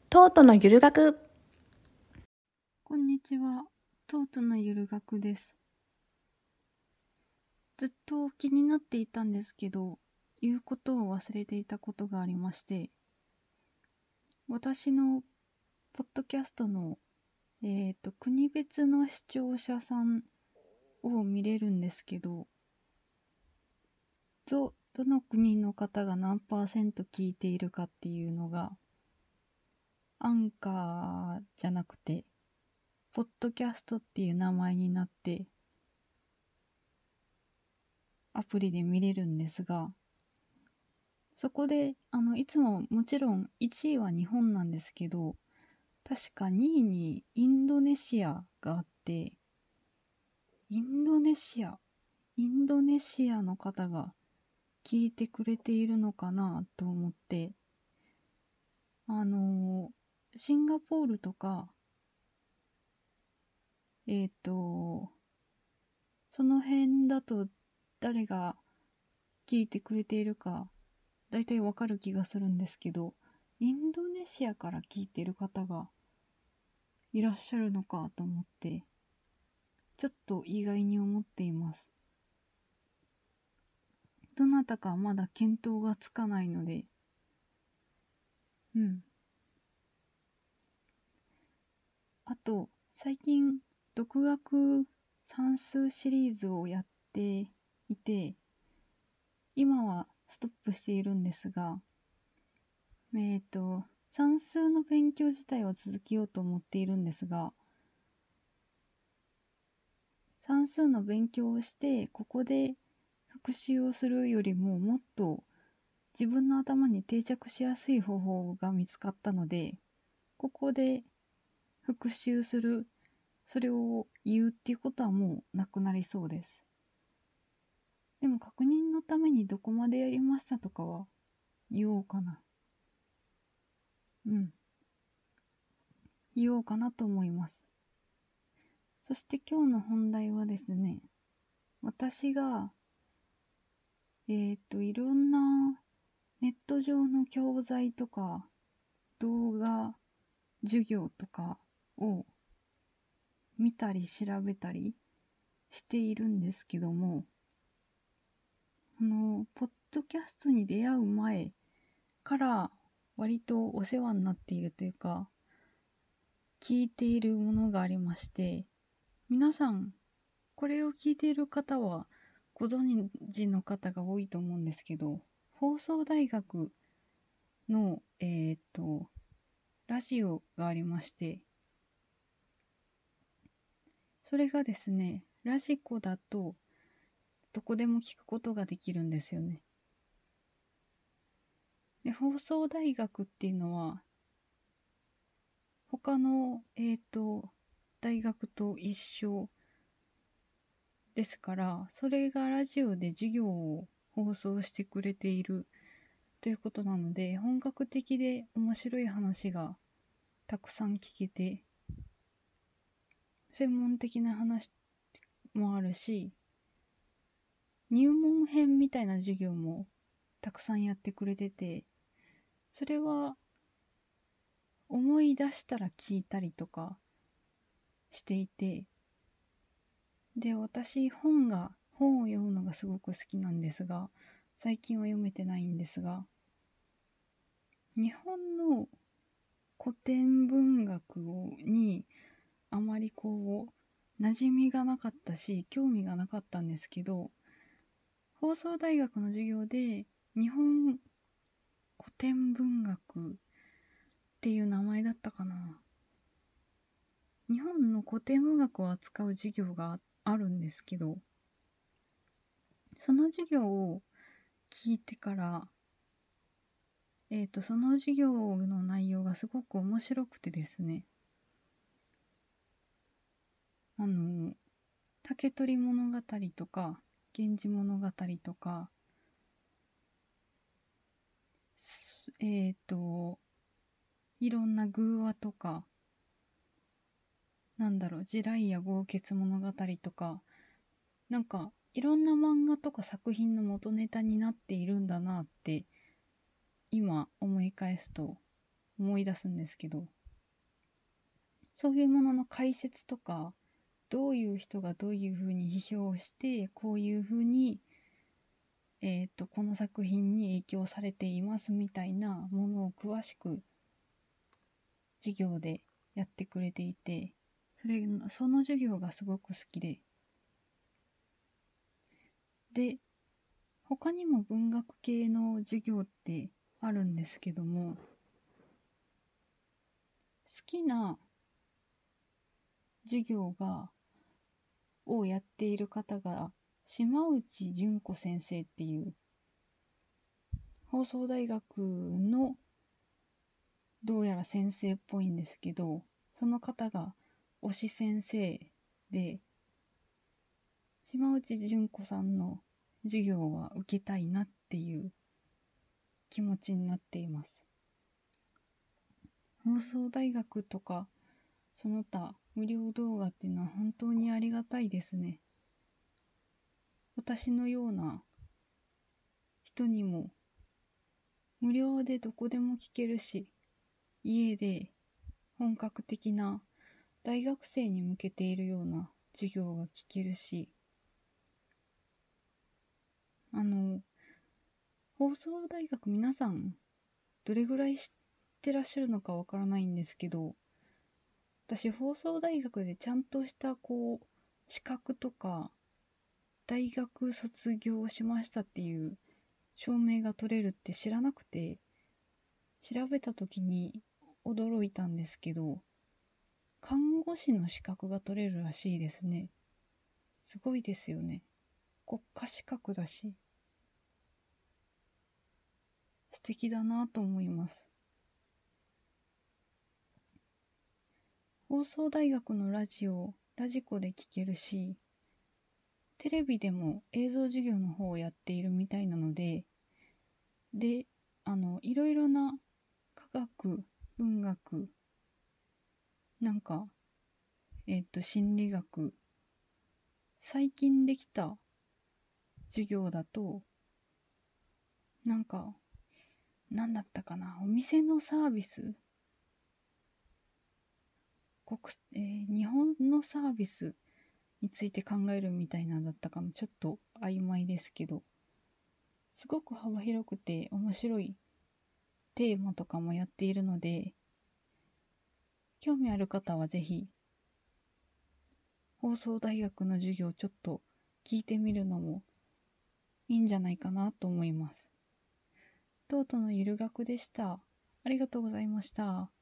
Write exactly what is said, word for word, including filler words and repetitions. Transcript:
トートのゆる学。 こんにちは、トートのゆる学です。ずっと気になっていたんですけど、言うことを忘れていたことがありまして、私のポッドキャストの、えーと、国別の視聴者さんを見れるんですけど、ど、どの国の方が何パーセント聞いているかっていうのが、アンカーじゃなくて、ポッドキャストっていう名前になって、アプリで見れるんですが、そこであのいつももちろんいちいは日本なんですけど、確かにいにインドネシアがあって、インドネシアインドネシアの方が聞いてくれているのかなと思って、あのーシンガポールとかえっとその辺だと誰が聞いてくれているかだいたいわかる気がするんですけど、インドネシアから聞いている方がいらっしゃるのかと思って、ちょっと意外に思っています。どなたかまだ見当がつかないので、うん。あと、最近、独学算数シリーズをやっていて、今はストップしているんですが、えっと、算数の勉強自体は続けようと思っているんですが、算数の勉強をして、ここで復習をするよりももっと自分の頭に定着しやすい方法が見つかったので、ここで復習する、それを言うっていうことはもうなくなりそうです。でも確認のためにどこまでやりましたとかは言おうかな。うん。言おうかなと思います。そして今日の本題はですね、私が、えっと、いろんなネット上の教材とか動画、授業とかを見たり調べたりしているんですけども、あのポッドキャストに出会う前から割とお世話になっているというか、聞いているものがありまして、皆さんこれを聞いている方はご存知の方が多いと思うんですけど、放送大学のえっとラジオがありまして、それがですね、ラジコだとどこでも聞くことができるんですよね。で、放送大学っていうのは他のえっと大学と一緒ですから、それがラジオで授業を放送してくれているということなので、本格的で面白い話がたくさん聞けて、専門的な話もあるし、入門編みたいな授業もたくさんやってくれてて、それは思い出したら聞いたりとかしていて、で、私本が本を読むのがすごく好きなんですが、最近は読めてないんですが、日本の古典文学にあまりこう馴染みがなかったし、興味がなかったんですけど、放送大学の授業で日本古典文学っていう名前だったかな、日本の古典文学を扱う授業があるんですけど、その授業を聞いてから、えっと、その授業の内容がすごく面白くてですね、あの、竹取物語とか、源氏物語とか、えっと、いろんな寓話とか、なんだろう、地雷や豪傑物語とか、なんか、いろんな漫画とか作品の元ネタになっているんだなって、今思い返すと思い出すんですけど、そういうものの解説とか、どういう人がどういうふうに批評して、こういうふうに、えっと、この作品に影響されていますみたいなものを詳しく授業でやってくれていて、それ、その授業がすごく好きで。で、他にも文学系の授業ってあるんですけども、好きな授業が、をやっている方が、島内純子先生っていう放送大学のどうやら先生っぽいんですけど、その方が推し先生で、島内純子さんの授業は受けたいなっていう気持ちになっています。放送大学とかその他無料動画っていうのは本当にありがたいですね。私のような人にも無料でどこでも聞けるし、家で本格的な大学生に向けているような授業が聞けるし、あの放送大学皆さんどれぐらい知ってらっしゃるのかわからないんですけど、私放送大学でちゃんとしたこう資格とか大学卒業しましたっていう証明が取れるって知らなくて、調べた時に驚いたんですけど、看護師の資格が取れるらしいですね。すごいですよね。国家資格だし、素敵だなと思います。放送大学のラジオ、ラジコで聞けるし、テレビでも映像授業の方をやっているみたいなので、で、あの、いろいろな科学、文学、なんか、えっと、心理学、最近できた授業だと、なんか、なんだったかな、お店のサービス、国、えー日本のサービスについて考えるみたいなんだったかな、ちょっと曖昧ですけど、すごく幅広くて面白いテーマとかもやっているので、興味ある方はぜひ放送大学の授業をちょっと聞いてみるのもいいんじゃないかなと思います。トートのゆる学でした。ありがとうございました。